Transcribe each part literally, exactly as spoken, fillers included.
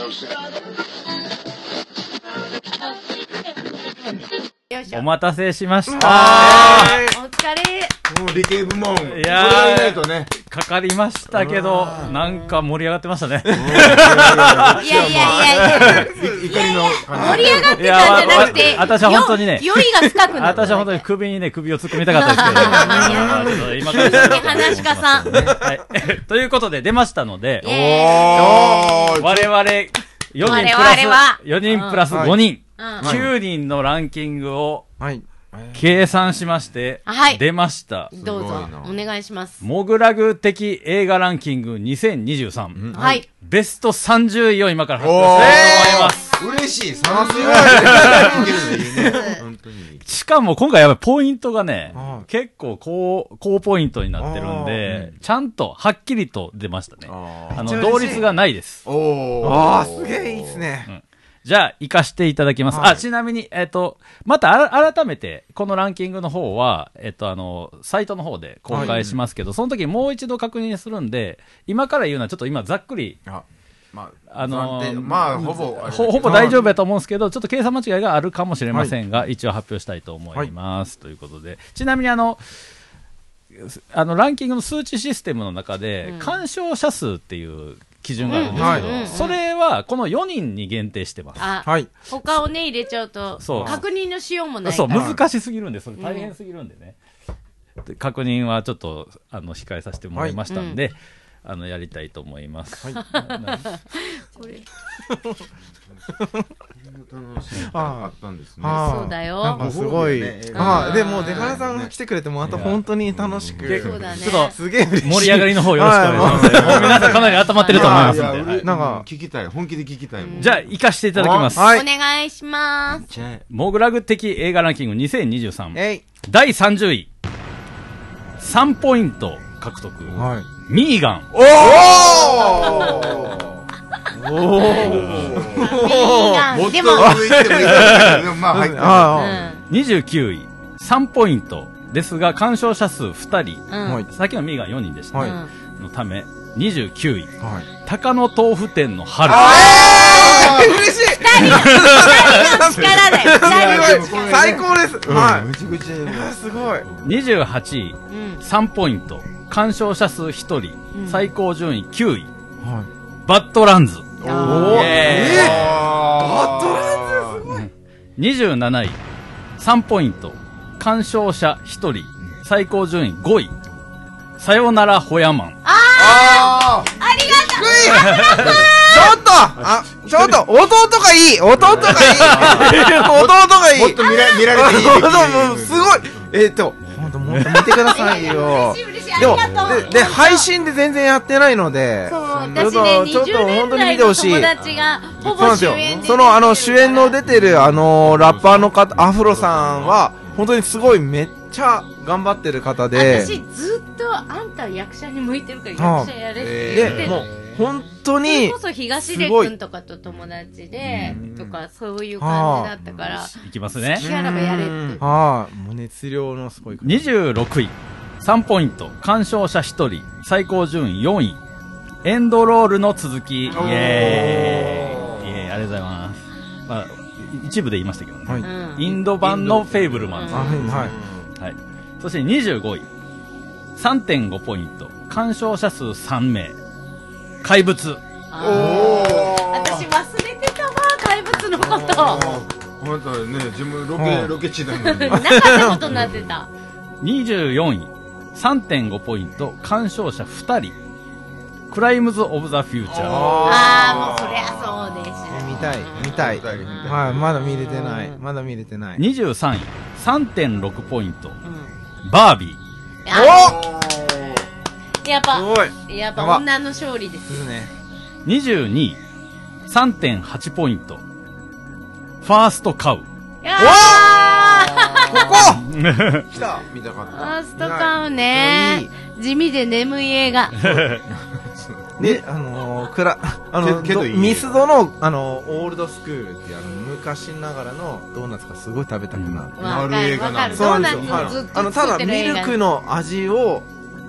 お待たせしました。 お疲れ。 もう理系部門。 いやー、 これがいないとね。 かかりましたけど、なんか盛り上がってましたね。 いやいやいやいや。 怒りの盛り上がってたんじゃなくて、 私は本当にね、 酔いが深くなった。 私は本当に首にね、首を突っ込みたかったですけど、今から話し家さん。 はい。ということで出ましたので、 おー我々よにんプラス、よにんプラスごにん、きゅうにんのランキングを計算しまして、出ました。 どうぞ、お願いします。 モグラグ的映画ランキングにせんにじゅうさん。 はい。 ベストさんじゅういを今から発表したいと思います。 嬉しい。さすがしかも今回やっぱりポイントがね、結構高、高ポイントになってるんで、ちゃんとはっきりと出ましたね。あの、同率がないです。 おー、すげえいいですね。 じゃあ、行かしていただきます。はい、あ、ちなみに、えっ、ー、と、また改めて、このランキングの方は、えっ、ー、と、あの、サイトの方で公開しますけど、はい、その時もう一度確認するんで、今から言うのはちょっと今ざっくり、あ、まあ、あのー、 まあ、ほぼほ、ほぼ大丈夫やと思うんですけど、ちょっと計算間違いがあるかもしれませんが、はい、一応発表したいと思います。はい、ということで、ちなみにあの、あの、ランキングの数値システムの中で、うん、鑑賞者数っていう基準があるんですけど、うんはい、それはこのよにんに限定してます。 あ、はい。他をね、入れちゃうと、そう確認のしようもないから。そう、難しすぎるんで、それ大変すぎるんでね。うん、確認はちょっと、あの、控えさせてもらいましたんで、はい、あの、やりたいと思います。はい。これ。 あったんですね。 そうだよ。 なんかすごい。ああ、でも出原さんが来てくれてもまた本当に楽しく。 そうだね。 ちょっとすげえ盛り上がりの方よろしくお願いします。もう皆さんかなり温まってると思いますんで。 なんか聞きたい。本気で聞きたい。 じゃあ行かせていただきます。 お願いします。 モグラグ的映画ランキングにせんにじゅうさん。だいさんじゅうい。さんポイント獲得。ミーガン。おーおお。でもにじゅうきゅういさんポイントですが鑑賞者数ふたり、さっきのミーガンよにんでしたねのためにじゅうきゅうい鷹の豆腐店の春。 嬉しい。 ふたりの力だよ。 最高です。はい。すごい。 にじゅうはちいさんポイント鑑賞者数ひとり最高順位きゅういバッドランズ。おーえー、バッドランズすごい。 にじゅうなないさんポイント鑑賞者ひとり最高順位ごいさよならホヤマン。 あーありがとう。 ちょっとあちょっと弟がいい弟がいい弟がいいもっと見ら見られていい。 すごい。えっと本当もっと見てくださいよ。でもで配信で全然やってないので、 そう私ねにじゅうねんだいの友達がほぼ主演でそのあの主演の出てるあのラッパーの方アフロさんは本当にすごいめっちゃ頑張ってる方で、 私ずっとあんた役者に向いてるから役者やれって言ってでもう本当にそれこそ東出君とかと友達でとかそういう感じだったからいきますね。 好きあらばやれって。 はい。もう熱量のすごい。 にじゅうろくいさんポイント鑑賞者ひとり最高順位よんいエンドロールの続き。イエーイイエーイありがとうございます。まあ一部で言いましたけどね、はい、インド版のフェイブルマン、うん、はい、はい、そしてにじゅうごい さんてんご ポイント鑑賞者数さんめい怪物。お私忘れてたわ怪物のこと。 本当ね自分ロケロケ地だのになかったことになってた。 にじゅうよんい さんてんご ポイント鑑賞者ふたりクライムズ・オブ・ザ・フューチャー。 ああもうそりゃそうでしょ。 見たい見たい。はいまだ見れてないまだ見れてない。 にじゅうさんい さんてんろく ポイント、うん、バービー。 おやっぱやっぱ女の勝利ですね。 にじゅうにい さんてんはち ポイントファーストカウ。 やーここ来た見たかった。 ファーストカウね地味で眠い映画で、あのー、くら、あの、ミスドの、あのー、オールドスクールっていう、あの、昔ながらのドーナツがすごい食べたくなる。 わかる、わかる。 そうなんですよ。あの、ただ、ミルクの味を、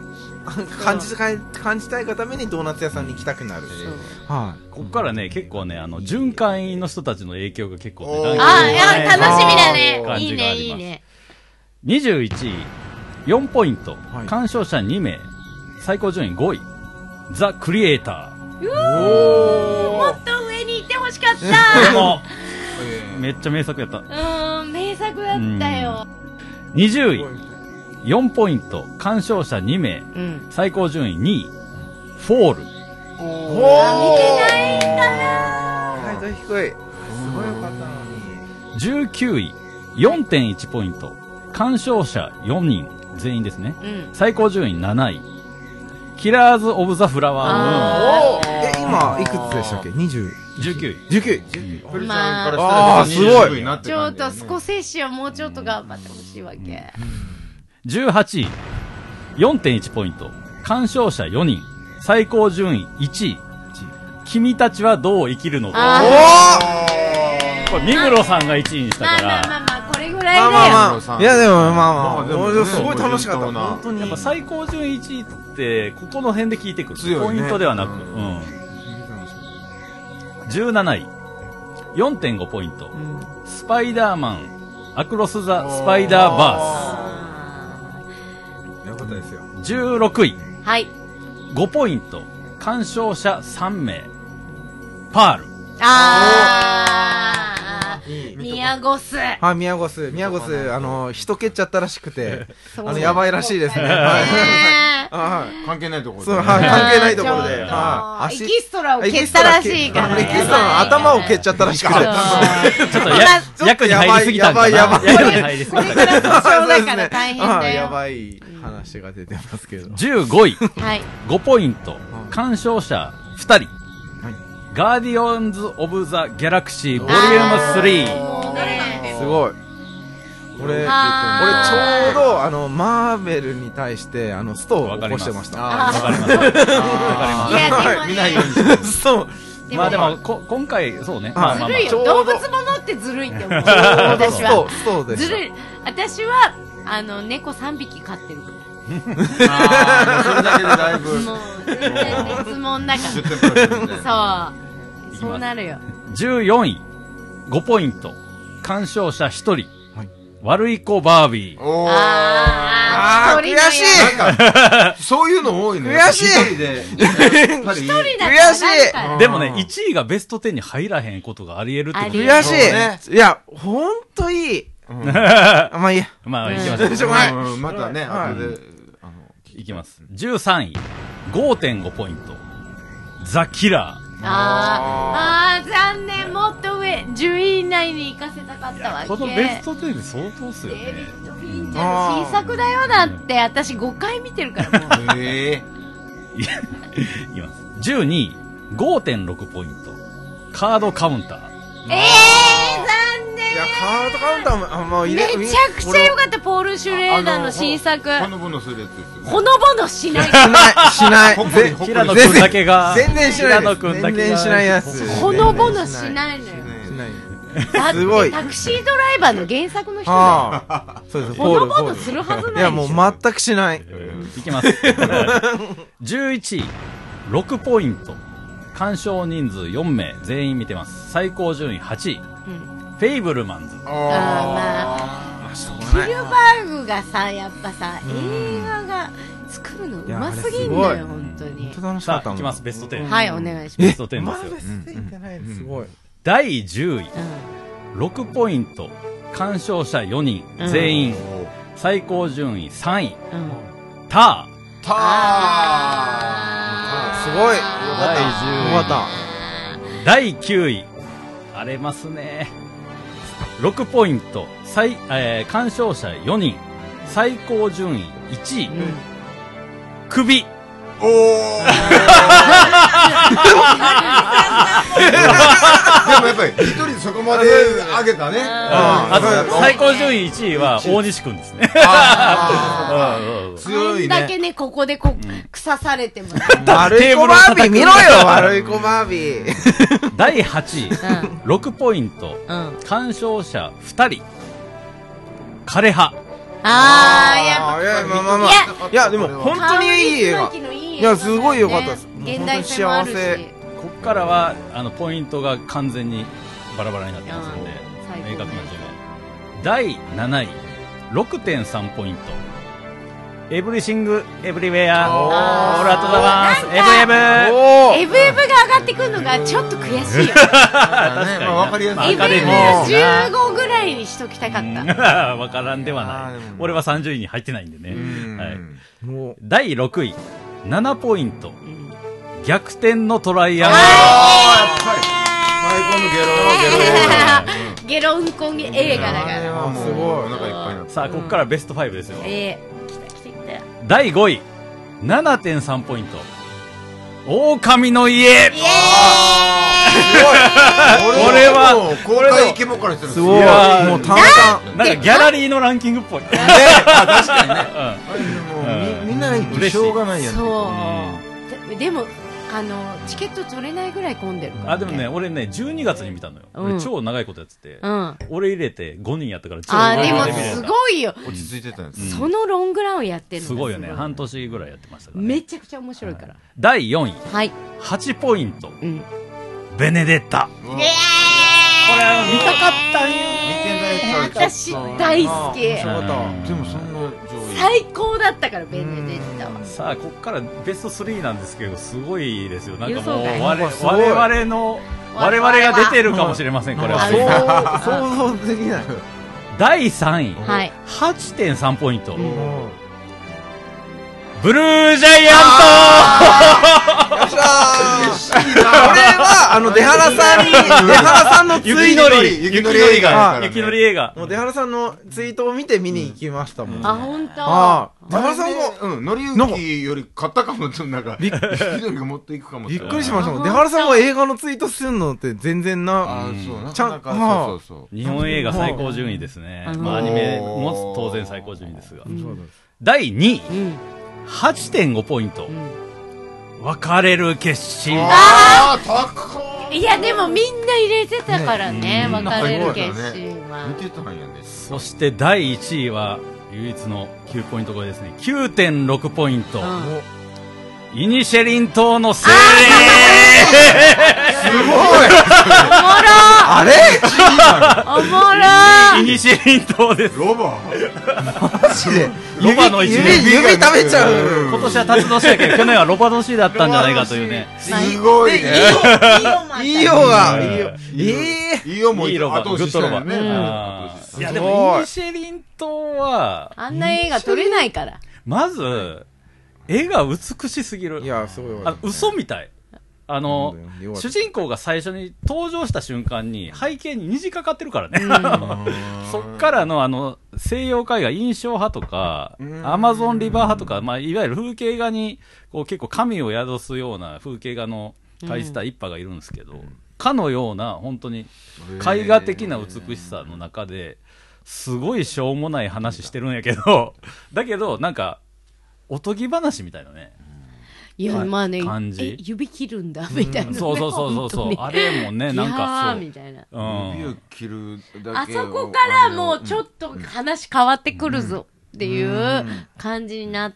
感じたい感じたいがためにドーナツ屋さんに行きたくなる。 はい。こっからね結構ねあの巡回員の人たちの影響が結構ね。 ああいや楽しみだね。いいねいいね。 にじゅういちいよんポイント、鑑賞者にめい、最高順位ごい、ザ・クリエイター。 おもっと上に行ってほしかったもうめっちゃ名作やった。 うん、名作だったよ。 にじゅういよんポイント、鑑賞者にめい、うん、最高順位にい、フォール。 おー、見てないんだな。 はい、低い。すごいよかったのに。 じゅうきゅうい、よんてんいちポイント、鑑賞者よにん、全員ですね。うん、最高順位なない、キラーズ・オブ・ザ・フラワームーン。 え、今、いくつでしたっけ ?にじゅう。 じゅうきゅうい。 じゅうきゅうい。 プリちゃんからしたらすごい。 ちょっとスコセッシはもうちょっと頑張ってほしいわけ。 じゅうはちい、よんてんいちポイント、鑑賞者よにん、最高順位いちい、君たちはどう生きるのか。これ、目黒さんがいちいにしたから。 まあまあまあ、これぐらいだよ。 まあまあ、いやでもまあまあ、すごい楽しかった。本当に。 やっぱ最高順位いちいって、ここの辺で聞いてくる。ポイントではなく。うん。じゅうなない、よんてんごポイント、スパイダーマン、アクロス・ザ・スパイダーバース。 よかったですよ。 じゅうろくい、 はい、 ごポイント、鑑賞者さんめい、パール。 あー、ミヤゴス。 はい、ミヤゴス。ミヤゴス、あの、人蹴っちゃったらしくて、あの、やばいらしいですね。 はい。関係ないところで。そう、はい、関係ないところで。 はい。エキストラを蹴ったらしいから。 エキストラの頭を蹴っちゃったらしくて。ちょっと役に入りすぎたんかな。 やばい、やばい。 これから訴訟だから大変だよ。 やばい話が出てますけど。 じゅうごい、ごポイント、鑑賞者ふたり。ガーディオンズ・オブ・ザ・ギャラクシーボリュームスリー。 すごい。俺、俺ちょうど、あの、マーベルに対して、あの、ストを起こしてました。 わかります。わかります。 見ないように。 そう。 まあでも、こ、今回、そうね。 ずるいよ。動物ものってずるいって思う。私は。 そうです。 ずるい。私は、あの、猫さんびき飼ってるから。 ああ、それだけでだいぶ。 もう、全然別物だから。そう。そうなるよ。 じゅうよんい、ごポイント、鑑賞者ひとり、悪い子バービー。 おー。 あー、 悔しい。 そういうの多いね。 悔しい。 一人で。 一人だ悔しい。でもね、いちいがベストじゅうに入らへんことがあり得るってこと。 悔しい。いや、ほんといい。まあいいや。 まあ、行きましょう。またね、後で。 いきます。じゅうさんい、ごてんごポイント、ザ・キラー。 あー、あー、残念、もっと上、じゅうい以内に行かせたかったわけ。 このベストじゅうで相当っすよね。 デビッド・フィンチャーの新作だよ、だって、私ごかい見てるからもう。 ええ。いきます。じゅうにい、ごてんろくポイント、カードカウンター。 えー、残念。 いや、カードカウンターも、あ、もう入れ、 めちゃくちゃ良かった、ポール・シュレーダーの新作。 ほのぼのするやつですよね。 ほのぼのしない。しない、しない。 平野くんだけが。 全然しない。 平野くんだけが。 全然しないやつ。 ほのぼのしないのよ。 しない。 だってタクシードライバーの原作の人だよ。 そうです。 ほのぼのするはずないでしょ。 いや、もう全くしない。 いきます。じゅういちい、ろくポイント。鑑賞人数よんめい、全員見てます。最高順位はちい。フェイブルマンズ。 ああ、まあ。スピルバーグがさ、やっぱさ、映画が作るのうますぎんだよ、本当に。 さあ、いきます、ベストじゅう。 はい、お願いします。 ベストじゅうですよ。 まだベストじゅういってないすごい。 だいじゅうい、ろくポイント、鑑賞者よにん、全員、最高順位さんい。ター。 ター。すごい。よだいじゅうい。 よかった。 だいきゅうい、荒れますね。ろくポイント、最、えー、鑑賞者よにん、最高順位いちい。うん、首。 おー。でもやっぱり一人そこまで上げたね。 あと最高順位いちいは大西くんですね。 強いね。だけね、ここでこ、腐されても。 悪い子バービー見ろよ、悪い子バービー。 だいはちい、ろくポイント、鑑賞者ふたり。枯葉。 あー、やっぱ。 いや、まあまあまあ。いや、でも本当にいい映画。いや、すごい良かったです。 現代性もあるし。 こっからは、あの、ポイントが完全にバラバラになってますんで、明確な順番。だいなない、ろくてんさん ポイント。エブリシング、エブリウェア、オールアットザワンス、エブエブエブエブが上がってくるのがちょっと悔しいよ。 わかりやすい。 エブエブじゅうごぐらいにしときたかった。 わからんではない。俺はさんじゅういに入ってないんでね。だいろくい、ななポイント。逆転のトライアングル。 最高のゲロゲロ。ゲロうんこん映画だから。 すごい。 お腹いっぱいになった。 さあ、ここからベストファイブですよ。 ええ。来た来た来た。 だいごい、ななてんさん ポイント。狼の家。 イエーイ。 これは、 公開イケボからしてる。 すごい。もう淡々。 なんかギャラリーのランキングっぽい。 確かにね。みんなしょうがないやん。 そう。でも、あの、チケット取れないぐらい混んでるから。 あ、でもね、俺ね、じゅうにがつに見たのよ。俺超長いことやってて。俺入れてごにんやったから超長いことやってて。あ、でもすごいよ。 落ち着いてたんです。 そのロングランをやってるのすごいよね。半年ぐらいやってましたから。 めちゃくちゃ面白いから。 だいよんい。 はい。 はちポイント。ベネデッタ。 イエーイ。 これ見たかったね。 私大好き。 でもそんな最高だったからベネデッタは。 さあこっからベストスリーなんですけどすごいですよ。なんかもう我々の我々が出てるかもしれませんこれは。 想像できない。 だいさんい。はちてんさん ポイント。ブルージャイアント。よっしゃー。これはあの出原さんに出原さんのツイート雪のり映画雪のり映画もう出原さんのツイートを見て見に行きましたもん。 あ本当。 あ出原さんがうんのりゆきより買ったかもってなんか雪のりが持っていくかも。 びっくりしましたもん。出原さんが映画のツイートするのって全然な。 あそうちゃんそうそうそう。日本映画最高順位ですね。まあアニメも当然最高順位ですが。だいにい。はちてんご ポイント。別れる決心。 ああ、高い。いや、でもみんな入れてたからね、別れる決心は。 見てたんやね。 そしてだいいちいは、唯一のきゅうポイント超えですね。きゅうてんろく ポイント。イニシェリン島の精霊。 すごい。おもろあれおもろイニシェリン島です。 ロバマジでロバの一年。 指食べちゃう。 今年は辰年だけど、去年はロバ年だったんじゃないかというね。 すごいね。 いいよが。いいよ。 ええ。いいよもいいロバ。グッドロバ。いやでもイニシェリン島は、 あんな映画撮れないから。 まず、絵が美しすぎる。 いや、すごい。 あ、嘘みたい。あの、主人公が最初に登場した瞬間に背景に虹かかってるからね。そっからのあの、西洋絵画印象派とか、アマゾンリバー派とか、まあ、いわゆる風景画に、こう結構神を宿すような風景画の描いてた一派がいるんですけど、かのような、本当に絵画的な美しさの中で、すごいしょうもない話してるんやけど、だけど、なんか、おとぎ話みたいなね。 いや、まあね、 感じ指切るんだ、みたいな。 そうそうそうそうそう。あれもね、なんかそう。 みたいな。 指を切るだけ。 あそこからもうちょっと話変わってくるぞっていう感じになって。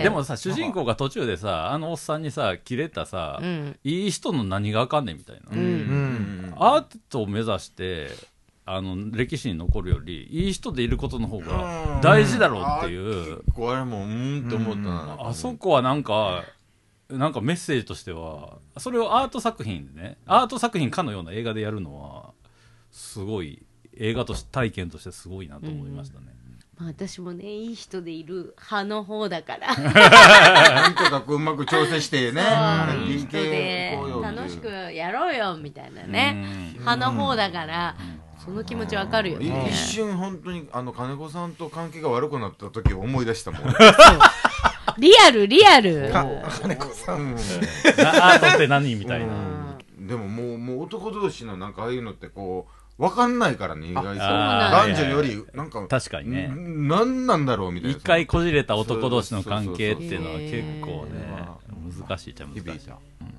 でもさ、主人公が途中でさ、あのおっさんにさ、切れたさ、いい人の何があかんねんみたいな。アートを目指して、あの歴史に残るよりいい人でいることの方が大事だろうっていう。 これもうんって思ったな。 あそこはなんかなんかメッセージとしてはそれをアート作品でね、アート作品かのような映画でやるのはすごい映画として体験としてすごいなと思いましたね。 まあ、私もねいい人でいる派の方だからなんとかうまく調整してねいい人で楽しくやろうよみたいなね派の方だからその気持ちわかるよね。 一瞬本当にあの金子さんと関係が悪くなった時を思い出したもん。 リアルリアル。 金子さん。 アートって何みたいな。 でももうもう男同士のなんかああいうのってこうわかんないからね意外と男女よりなんか確かにね。 何なんだろうみたいな。 一回こじれた男同士の関係っていうのは結構ね難しいっちゃ難しい。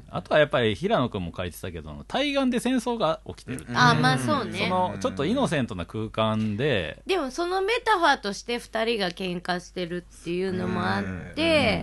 あとはやっぱり平野君も書いてたけど対岸で戦争が起きてる、 うん、あまあそうね、 そのちょっとイノセントな空間で、 でもそのメタファーとしてふたりが喧嘩してるっていうのもあって、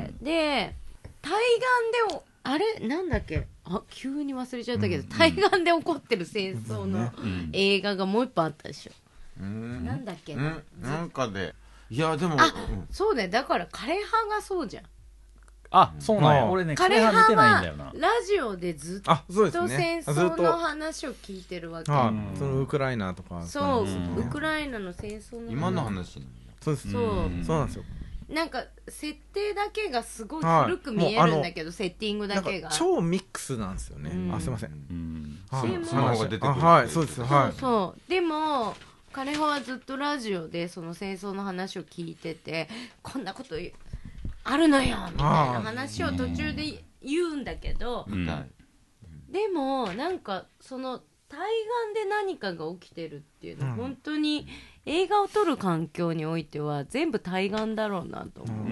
で対岸であれなんだっけ、あ急に忘れちゃったけど、うん、対岸で起こってる戦争の映画がもう一本あったでしょ、うん、なんだっけな、 うん、なんかでいやでもあ、うん、そうね、だから枯葉がそうじゃん。 あ、そうなんや、うん、俺ね枯葉見てないんだよな。 ラジオでずっと戦争の話を聞いてるわけ、 あ、そのウクライナとかそう、うん、ウクライナの戦争の今の話なんだ。 そうです、 そう、 うん、そうなんですよ。 なんか設定だけがすごい古く見えるんだけど、セッティングだけが超ミックスなんですよね、うん、あすいません、 うん、 はい、 でもその方が出てくる、 はいそうです、はい、 そうそうでも枯葉はずっとラジオでその戦争の話を聞いてて、こんなことあるのよみたいな話を途中で言うんだけど、うん、でもなんかその対岸で何かが起きてるっていうのは、うん、本当に映画を撮る環境においては全部対岸だろうなと思う、うん、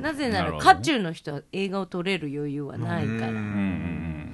なぜなら渦中の人は映画を撮れる余裕はないから、うんうん、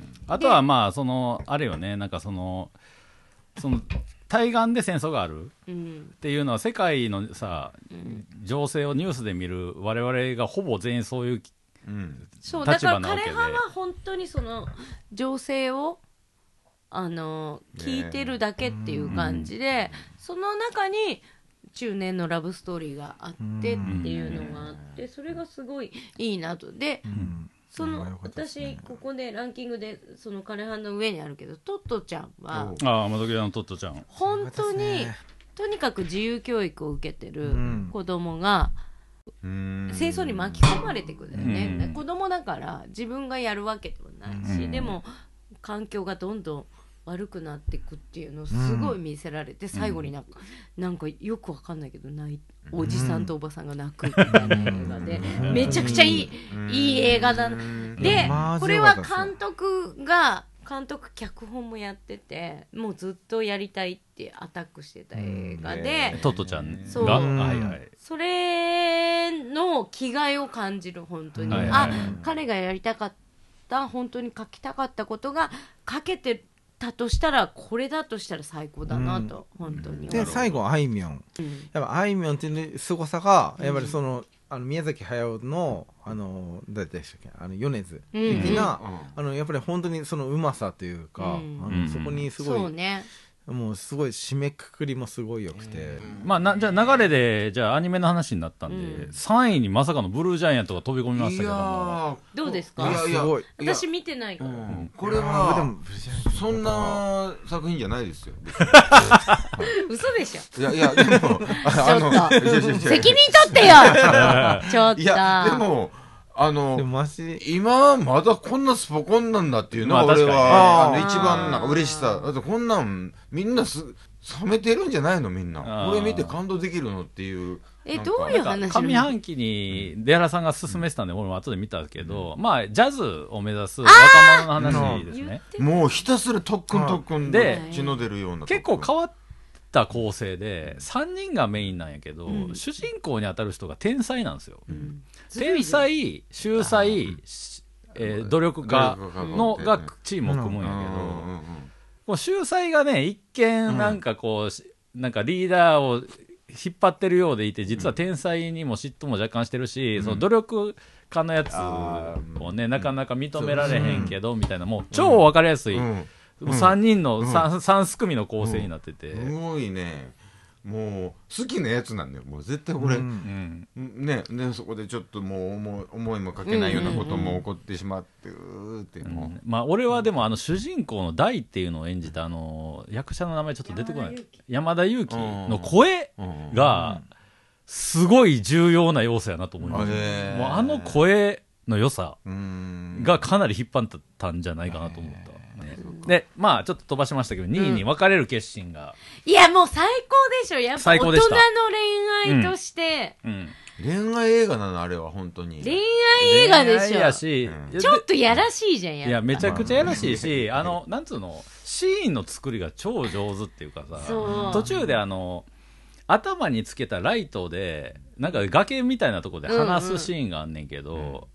あとはまあそのあれよね、なんかそのその対岸で戦争があるっていうのは世界のさ、うん、情勢をニュースで見る我々がほぼ全員そういう立場なわけで、 そうだから枯葉は本当にその情勢をあの聞いてるだけっていう感じで、ね、その中に中年のラブストーリーがあってっていうのがあって、それがすごいいいなと。で、うん、その私ここでランキングでその枯葉の上にあるけど、トットちゃんはあ窓際のトットちゃん本当にとにかく自由教育を受けてる子供が、うん、戦争に巻き込まれてくるんだよね、うん、子供だから自分がやるわけでもないし、うん、でも環境がどんどん悪くなっていくっていうのをすごい見せられて、うん、最後になんか、なんかよくわかんないけど泣いおじさんとおばさんが泣くみたいな映画で、うん、めちゃくちゃいい、うん、いい映画だな、うん、でこれは監督が監督脚本もやってて、もうずっとやりたいってアタックしてた映画で、 うん、トットちゃんがそう、はいはい、それの気概を感じる本当に、はいはい、あ彼がやりたかった本当に書きたかったことが書けてだとしたらこれだとしたら最高だなと、うん、本当に。 で最後あいみょん、うん、やっぱあいみょんっていう凄さがやっぱりその、うん、あの宮崎駿のあの誰でしたっけ、あの米津的な、うんうん、あのやっぱり本当にそのうまさというか、うん、あのそこにすごい、そうね、もうすごい締めくくりもすごい良くて、 うん、まあなじゃあ流れでじゃあアニメの話になったんで、うん、さんいにまさかのブルージャイアントが飛び込みましたけども、 どうですか？ いやいやすごい、 私見てないから、うん、 これはそんな作品じゃないですよ嘘でしょ。 いやいやでもちょっと責任取ってよちょっと。いやでもあの今まだこんなスポコンなんだっていうのは俺は、あの一番なんか嬉しさだって、こんなんみんなす冷めてるんじゃないのみんな、これ見て感動できるのっていう。 えどういう話？ 上半期に出原さんが勧めてたんで俺も後で見たけど、うん、まあジャズを目指す若者の話ですね。 もうひたすら特訓特訓で血の出るような結構変わった構成でさんにんがメインなんやけど、うん、主人公に当たる人が天才なんですよ、うん、天才秀才、えー、努力家のがチームを組むんやけど、この秀才がね一見なんかこう、うん、なんかリーダーを引っ張ってるようでいて、実は天才にも嫉妬も若干してるし、うん、その努力家のやつをね、なかなか認められへんけどみたいな、もう超分かりやすい、うんうん、さんにんの 3,、うん、さん組の構成になってて、 すごいね、もう好きなやつなんだよ、もう絶対これ、うんうん、ねね、そこでちょっともう思い、思いもかけないようなことも起こってしまってうーっていうの、うん、 まあ俺はでもあの主人公の大っていうのを演じたあの役者の名前ちょっと出てこない、山田裕貴の声がすごい重要な要素やなと思います、ね、もうあの声の良さがかなり引っ張ったんじゃないかなと思った。でまあちょっと飛ばしましたけど、にいに別れる決心が、 うん、いやもう最高でしょ、やっぱ大人の恋愛として、 うんうん、恋愛映画なのあれは本当に恋愛映画でしょ。 恋愛やし、 うん、ちょっとやらしいじゃん。やいやめちゃくちゃやらしいし、あのなんつうのシーンの作りが超上手っていうかさ、途中であの頭につけたライトでなんか崖みたいなところで話すシーンがあんねんけど、うんうん、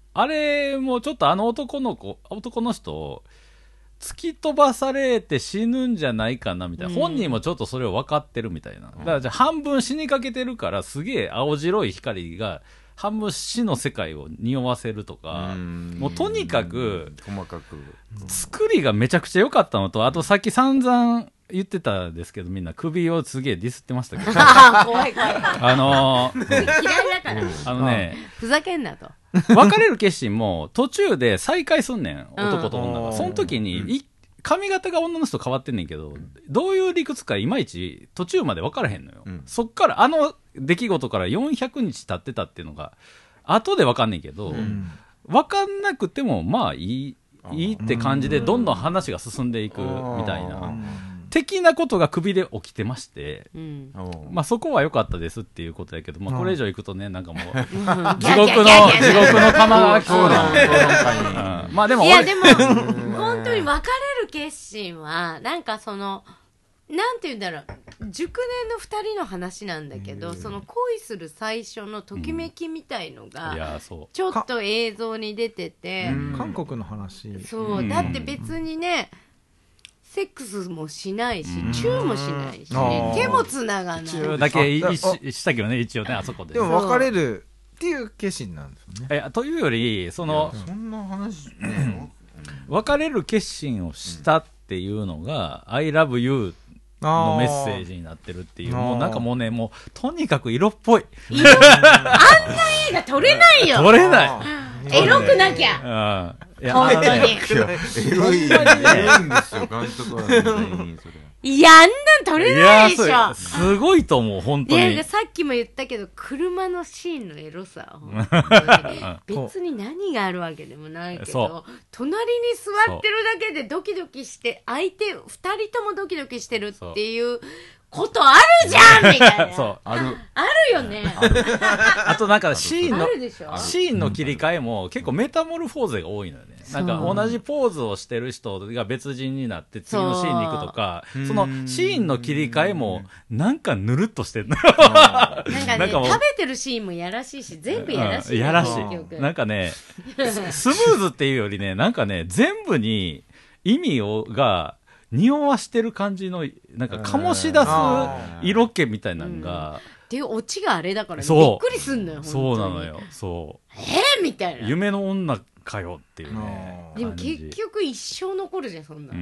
あれもちょっとあの男の子男の人突き飛ばされて死ぬんじゃないかなみたいな、うん、本人もちょっとそれを分かってるみたいな、だからじゃあ半分死にかけてるからすげえ青白い光が半分死の世界を匂わせるとか、もうとにかく細かく作りがめちゃくちゃ良かったのと、あとさっき散々言ってたんですけど、みんな首をすげえディスってましたけど怖い怖いあのー、 嫌いだからあのねふざけんなと別れる決心も途中で再会すんねん、男と女が、うん、その時にい髪型が女の人変わってんねんけど、どういう理屈かいまいち途中まで分からへんのよ、うん、そっからあの出来事からよんひゃくにち経ってたっていうのが後で分かんねんけど、うん、分かんなくてもまあいいいいって感じでどんどん話が進んでいくみたいな的なことが首で起きてまして、うん、まあそこは良かったですっていうことやけど、まあこれ以上行くとね、なんかもう地獄の地獄の釜がそうだ、まあでもいやでも本当に別れる決心はなんかそのなんて言うんだろう、熟年の二人の話なんだけど、その恋する最初のときめきみたいのがちょっと映像に出てて、 韓国の話、 そうだって別にねセックスもしないし、チューもしないし、手もつながない。チューだけし, したけどね、一応ね、あそこで。 でも別れるっていう決心なんですよね。 えというより、その、 そんな話、ね、 別れる決心をしたっていうのが、うん、I love you のメッセージになってるっていう、もうなんかもうね、もうとにかく色っぽい。 色あんな映画撮れないよ。 撮れない。 エロくなきゃ。 いや本当に。 エロい、エロいんですよ、監督は絶対にそれ。 いや、あんなん撮れないでしょ。 すごいと思う、本当に。 いや、さっきも言ったけど、車のシーンのエロさ、別に何があるわけでもないけど、隣に座ってるだけでドキドキして、相手、二人ともドキドキしてるっていうことあるじゃんみたいな。 そう、ある。 あるよね。 あとなんかシーンの、シーンの切り替えも結構メタモルフォーゼが多いのよね。なんか同じポーズをしてる人が別人になって次のシーンに行くとか、そのシーンの切り替えもなんかぬるっとしてるのよ。 なんかね、食べてるシーンもやらしいし、全部やらしい、 うん。やらしい。なんかね、スムーズっていうよりね、なんかね、全部に意味をが、匂わしてる感じのなんか醸し出す色気みたいなのが、うん、 っていうオチがあれだから、ね、びっくりすんのよ。 そうなのよ。そうえー、みたいな夢の女かよっていうね。 でも結局一生残るじゃんそんな。 うん。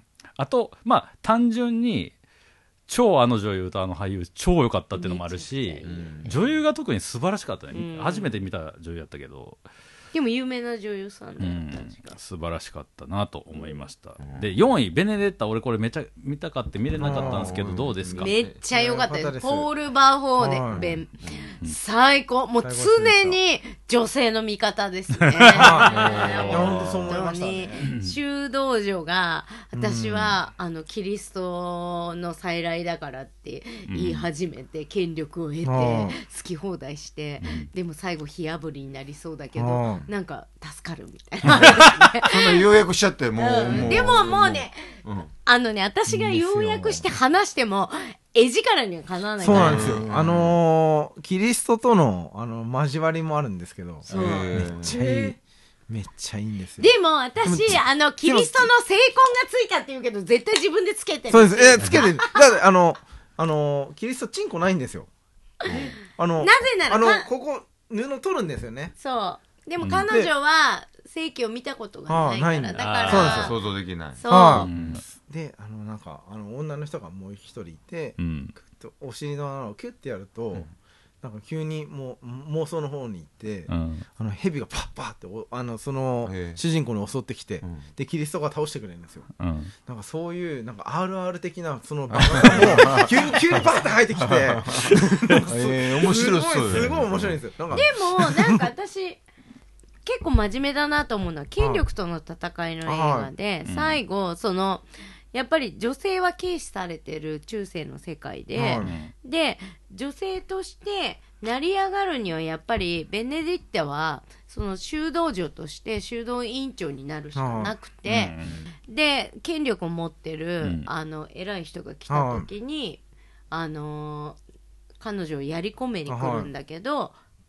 あとまあ単純に超あの女優とあの俳優超良かったっていうのもあるし、女優が特に素晴らしかったね、うん、初めて見た女優やったけど。 でも有名な女優さんで、うん、 素晴らしかったなと思いました、うん、でよんいベネデッタ、俺これめちゃ見たかって見れなかったんですけど、どうですか？ めっちゃ良かったです。ポール・バーホーデン、うん、最高、もう常に女性の味方ですね。本当に修道女が私は、うん、あのキリストの再来だからって言い始めて、うん、権力を得て好き放題して、うん、でも最後火あぶりになりそうだけどなんか助かるみたいな、ね、 そんな要約しちゃってもう、 うん、もうでももうね、うん、あのね私が要約して話しても絵力にはかなわないから。 そうなんですよ、うん、あのー、キリストとの、あの交わりもあるんですけど、めっちゃいいめっちゃいいんですよ。 でも私あのキリストの聖痕がついたって言うけど絶対自分でつけてる。 そうです、えー、つけてる。だってあのあのキリストチンコないんですよ。あのなぜならあのここ布取るんですよね。 そうでも彼女は聖器を見たことがないから、うん、だからそうですよ、想像できない。 そう、うん、 であのなんかあの女の人がもう一人いて、うん、お尻の穴をキュッてやると、うん、なんか急にもう妄想の方に行って、うん、あの蛇がパッパッってあのその主人公に襲ってきて、うん、でキリストが倒してくれるんですよ、うん、なんかそういうなんか アールアール 的なそのバカさも急に急にバッて入ってきてえー、面白いすごい面白いんですよ。なんかでもなんか私結構真面目だなと思うのは権力との戦いの映画で、最後そのやっぱり女性は軽視されてる中世の世界で、で女性として成り上がるにはやっぱりベネディッタはその修道女として修道委員長になるしかなくて、で権力を持ってるあの偉い人が来た時にあの彼女をやり込めに来るんだけど、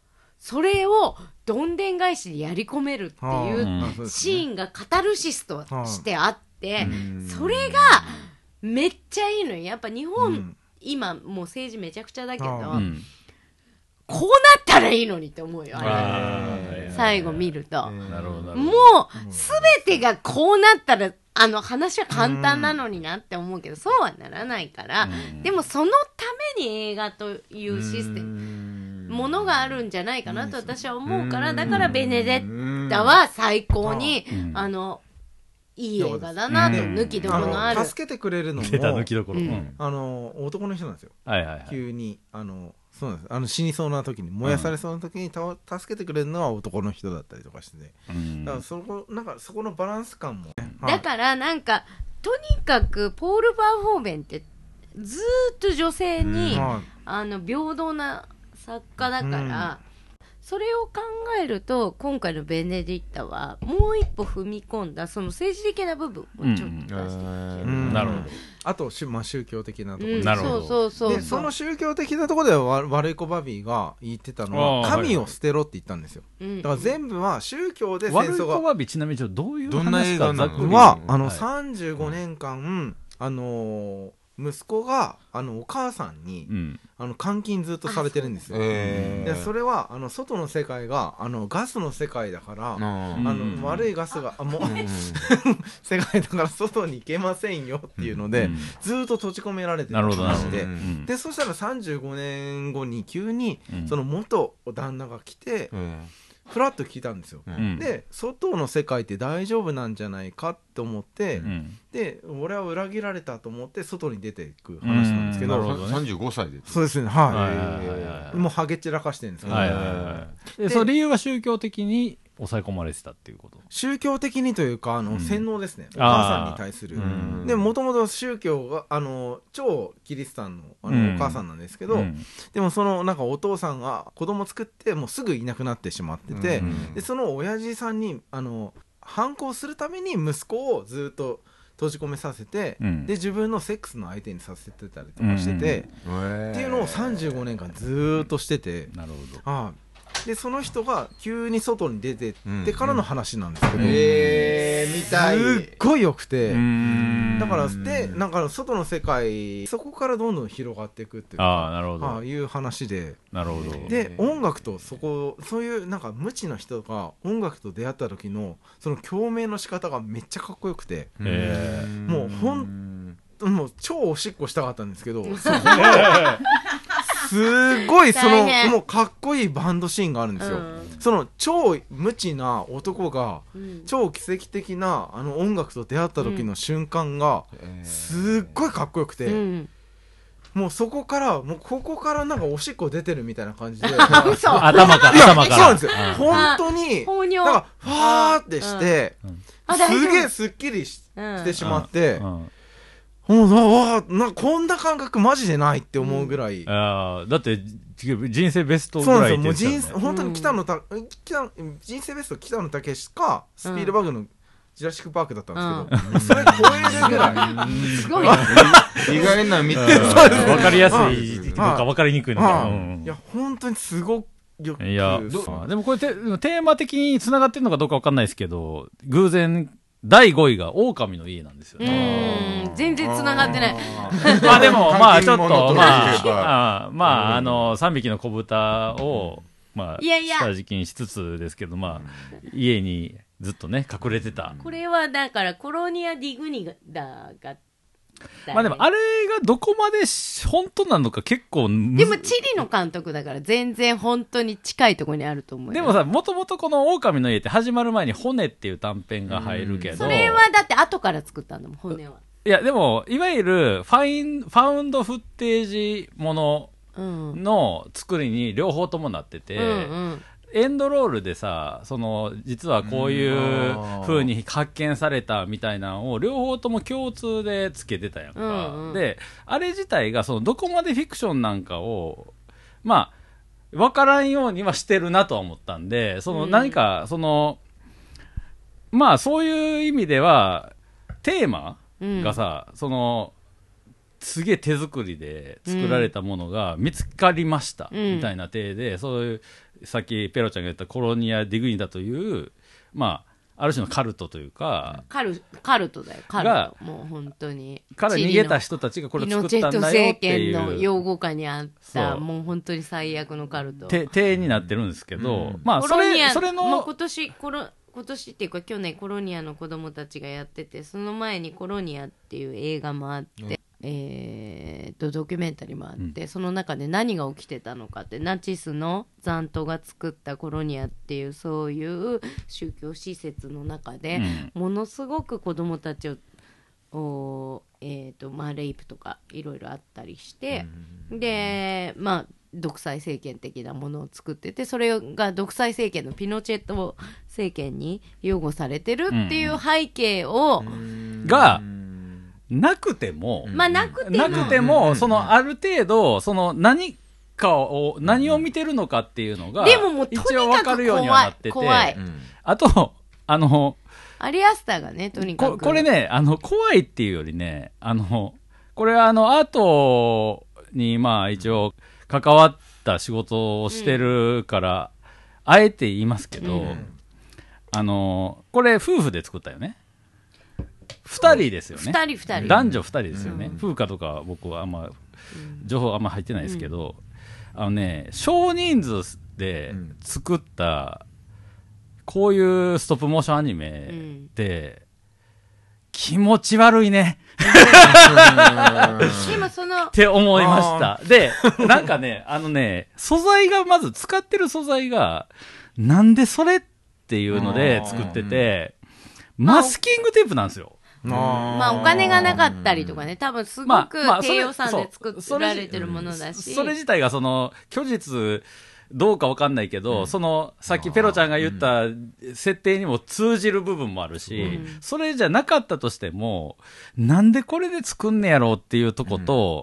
それをどんでん返しでやり込めるっていうシーンがカタルシスとしてあって、それがめっちゃいいのよ。やっぱ日本、うん、今もう政治めちゃくちゃだけど、うん、こうなったらいいのにって思うよ、あれ最後見ると、もう全てがこうなったらあの話は簡単なのになって思うけど、そうはならないから、うん、でもそのために映画というシステムものがあるんじゃないかなと私は思うから、だからベネデッタは最高にあのいい映画だなと、抜きどころのある、 助けてくれるのも抜きどころ、うん、 あの男の人なんですよ、 はいはいはい、 急にあのそうなんです、あの死にそうな時に燃やされそうな時にた助けてくれるのは男の人だったりとかして、うん、だからそこなんかそこのバランス感も、 だからなんかとにかくポール・バーホーベンってずっと女性に、うん、あの平等な作家だから、うん、それを考えると今回のベネディッタはもう一歩踏み込んだその政治的な部分をちょっと出してる、うん、 なるほど。 あと、まあ、宗教的なところ、 うん、なるほど。そうそうそう。 でその宗教的なところでは悪い子バビーが言ってたのは神を捨てろって言ったんですよ、はい、だから全部は宗教で戦争が、悪い子バビーちなみにどういう話か、 どんな映画なのはあのさんじゅうごねんかん、うん、あのー息子があのお母さんに、うん、あの監禁ずっとされてるんですよ。えー、でそれはあの外の世界があのガスの世界だから、うん、あの悪いガスがあもう、うん、世界だから外に行けませんよっていうので、うん、ずっと閉じ込められてた話で、うん、でそしたらさんじゅうごねんごに急に、うん、その元旦那が来て、うんフラッと聞いたんですよ、うん、で外の世界って大丈夫なんじゃないかと思って、うん、で俺は裏切られたと思って外に出ていく話なんですけど、 うん、さんじゅうごさいでそうですね、はい、もうハゲ散らかしてるんですけど、はいはいはい、でその理由は宗教的に抑え込まれてたっていうこと？ 宗教的にというかあの、うん、洗脳ですね、お母さんに対する。でもともと宗教があの超キリシタン の, あの、うん、お母さんなんですけど、うん、でもそのなんかお父さんが子供作ってもうすぐいなくなってしまってて、うん、でその親父さんにあの反抗するために息子をずっと閉じ込めさせて、うん、で自分のセックスの相手にさせてたりとかしてて、うん、っていうのをさんじゅうごねんかんずっとしてて、 なるほど。 ああでその人が急に外に出てってからの話なんですけど、うんうん、 えー、見たい。 すっごい良くて、だからでなんか外の世界そこからどんどん広がっていくっていうか、 あなるほど、 ああいう話で、 なるほど。 で音楽とそこそういうなんか無知の人が音楽と出会った時のその共鳴の仕方がめっちゃかっこよくて、 えー、 もうほんもう超おしっこしたかったんですけどすごいそのもうかっこいいバンドシーンがあるんですよ、うん、その超無知な男が、うん、超奇跡的なあの音楽と出会った時の瞬間がすっごいかっこよくて、うん、もうそこからもうここからなんかおしっこ出てるみたいな感じで頭から頭からそうなんですよ、うん、本当になんかファーってして、うん、すげえすっきり し,、うん、してしまって、うんうんもうわなこんな感覚マジでないって思うぐらい、うん、 あだって人生ベストぐらいって言ってたよね。 そうなんですよ、もう人本当に北野た、うん、北人生ベスト北野武かスピードバーグのジュラシックパークだったんですけど、うん、それ超えるぐらいすごい意外な見てる分かりやすいのか分かりにくいのか、うん、 いや本当にすごくよく、 いやでもこれテーマ的に繋がってるのかどうか分かんないですけど、偶然だいごいが狼の家なんですよね。 うん全然繋がってない。 まあでもまあちょっとまあまああのさんびきの子豚をまあ下敷きにしつつですけど、まあ家にずっとね隠れてた。 これはだからコロニア・ディグニダがまあでもあれがどこまで本当なのか結構でもチリの監督だから全然本当に近いところにあると思う。 でもさもともとこの狼の家って始まる前に骨っていう短編が入るけど、 それはだって後から作ったんだもん骨は。 いやでもいわゆるファインファウンドフッテージものの作りに両方ともなってて、うんうん、エンドロールでさその実はこういう風に発見されたみたいなのを両方とも共通でつけてたやんか、うんうん、であれ自体がそのどこまでフィクションなんかをまあ分からんようにはしてるなとは思ったんで、その何かその、うん、まあそういう意味ではテーマがさ、うん、そのすげえ手作りで作られたものが見つかりました、うん、みたいな体で、そういうさっきペロちゃんが言ったコロニア・ディグニタというまあある種のカルトというか、 カルカルトだよ、カルト。もう本当にから逃げた人たちがこれ作ったんだよっていう、 ピノチェット政権の擁護下にあったもう本当に最悪のカルトて体になってるんですけど、うん、まあそれそれの、まあ、今年コロ今年っていうか去年コロニアの子供たちがやってて、その前にコロニアっていう映画もあって、うん、えー、とドキュメンタリーもあって、うん、その中で何が起きてたのかって、ナチスの残党が作ったコロニアっていうそういう宗教施設の中で、うん、ものすごく子供たちをお、えーとまあ、レイプとかいろいろあったりして、うん、でまあ独裁政権的なものを作ってて、それが独裁政権のピノチェット政権に擁護されてるっていう背景を、うん、 がなくても、 まあなくても、 なくても、そのある程度その何かを何を見てるのかっていうのが、 でももうとにかく一応分かるようにはなってて、 怖い。 あとあのアリアスターがね、とにかくこ, これね、あの怖いっていうよりね、あのこれはあのアートにまあ一応関わった仕事をしてるから、うん、あえて言いますけど、うん、あのこれ夫婦で作ったよね。ふたりですよね。 ふたりふたり男女ふたりですよね、うん、夫婦かとか僕はあんま情報あんま入ってないですけど、うん、あのね少人数で作ったこういうストップモーションアニメって気持ち悪いねでもそのって思いました。でなんかねあのね素材がまず使ってる素材がなんでそれっていうので作ってて、マスキングテープなんですよ。 まあお金がなかったりとかね、多分すごく低予算で作られてるものだし、 それ自体がその虚実どうかわかんないけど、うん、そのさっきペロちゃんが言った設定にも通じる部分もあるし、うん、それじゃなかったとしてもなんでこれで作んねやろうっていうとこと、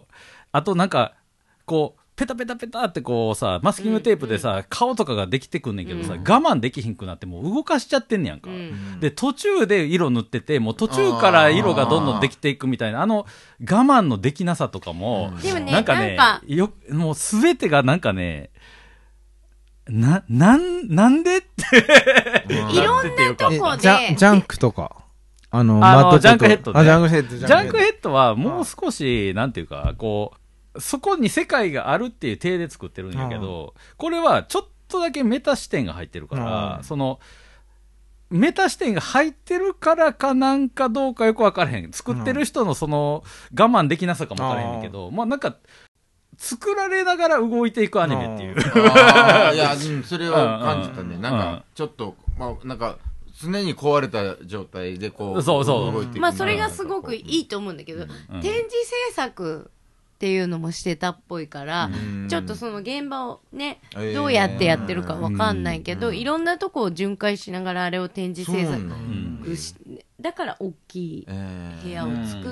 うん、あとなんかこうペタペタペタってこうさマスキングテープでさ、うん、顔とかができてくんねんけどさ、うん、我慢できひんくなってもう動かしちゃってんねやんか、うん、で途中で色塗っててもう途中から色がどんどんできていくみたいな、あの我慢のできなさとかも、 うん、 なんかねよもう全てがなんかねな、なん、なんでっていろんなとこでジャ、ジャンクとか。あの、 あのジャンクヘッドね。 あ、ジャンクヘッド。 ジャンクヘッドはもう少し、なんていうか、こう、そこに世界があるっていう体で作ってるんやけど、これはちょっとだけメタ視点が入ってるから、その、メタ視点が入ってるからかなんかどうかよくわからへん。作ってる人のその、我慢できなさかもわからへんけど、まあなんか、作られながら動いていくアニメっていう。 あいや、うん、それは感じたね。なんか、ちょっと、まあ、なんか、常に壊れた状態でこう、 そうそう動いていく。 まあ、それがすごくいいと思うんだけど、うん、展示制作っていうのもしてたっぽいから、うん、ちょっとその現場をね、どうやってやってるかわかんないけど、うん、いろんなとこを巡回しながらあれを展示制作し、だから大きい部屋を作って、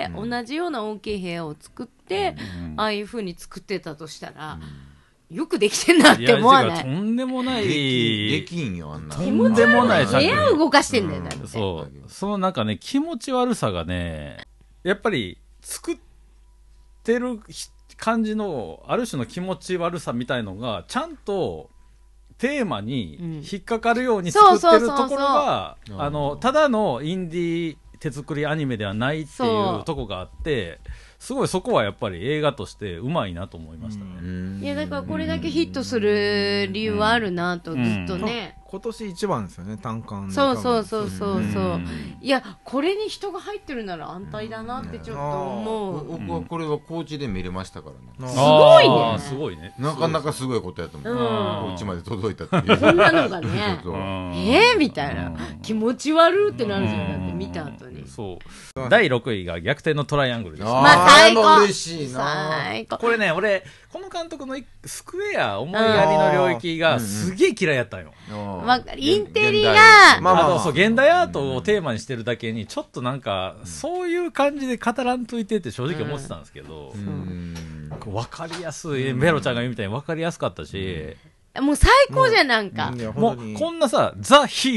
うん、同じような大きい部屋を作って、うん、ああいう風に作ってたとしたら、うん、よくできてんなって思わない？ とんでもないできんよあんな。 とんでもない部屋を動かしてんだよ、だって。 そう、そのなんかね気持ち悪さがね、やっぱり作ってる感じのある種の気持ち悪さみたいのがちゃんとテーマに引っかかるように作ってるところが、あのただのインディー手作りアニメではないっていうとこがあって、すごいそこはやっぱり映画としてうまいなと思いましたね。 いやだからこれだけヒットする理由はあるなとずっとね、 うん、今年一番ですよね単館で。 そうそうそうそうそう、うん、いやこれに人が入ってるなら安泰だなってちょっと思う。 僕はこれは高知で見れましたからね。 すごいね。 すごいね。 なかなかすごいことやと思う。こっちまで届いたっていう。 こんなのがねえーみたいな気持ち悪ってなるじゃん、だって見た後に。 そうだいろくいが逆転のトライアングルです。 まあ最高。 嬉しいな。 最高。 これね俺この監督のスクエア思いやりの領域がすげえ嫌いやったんよ。 わかる。インテリがまあまあそう現代アートをテーマにしてるだけにちょっとなんかそういう感じで語らんといてって正直思ってたんですけど、分かりやすいベロちゃんが言うみたいに分かりやすかったし、 もう最高じゃんなんか。 もうこんなさザ・比喩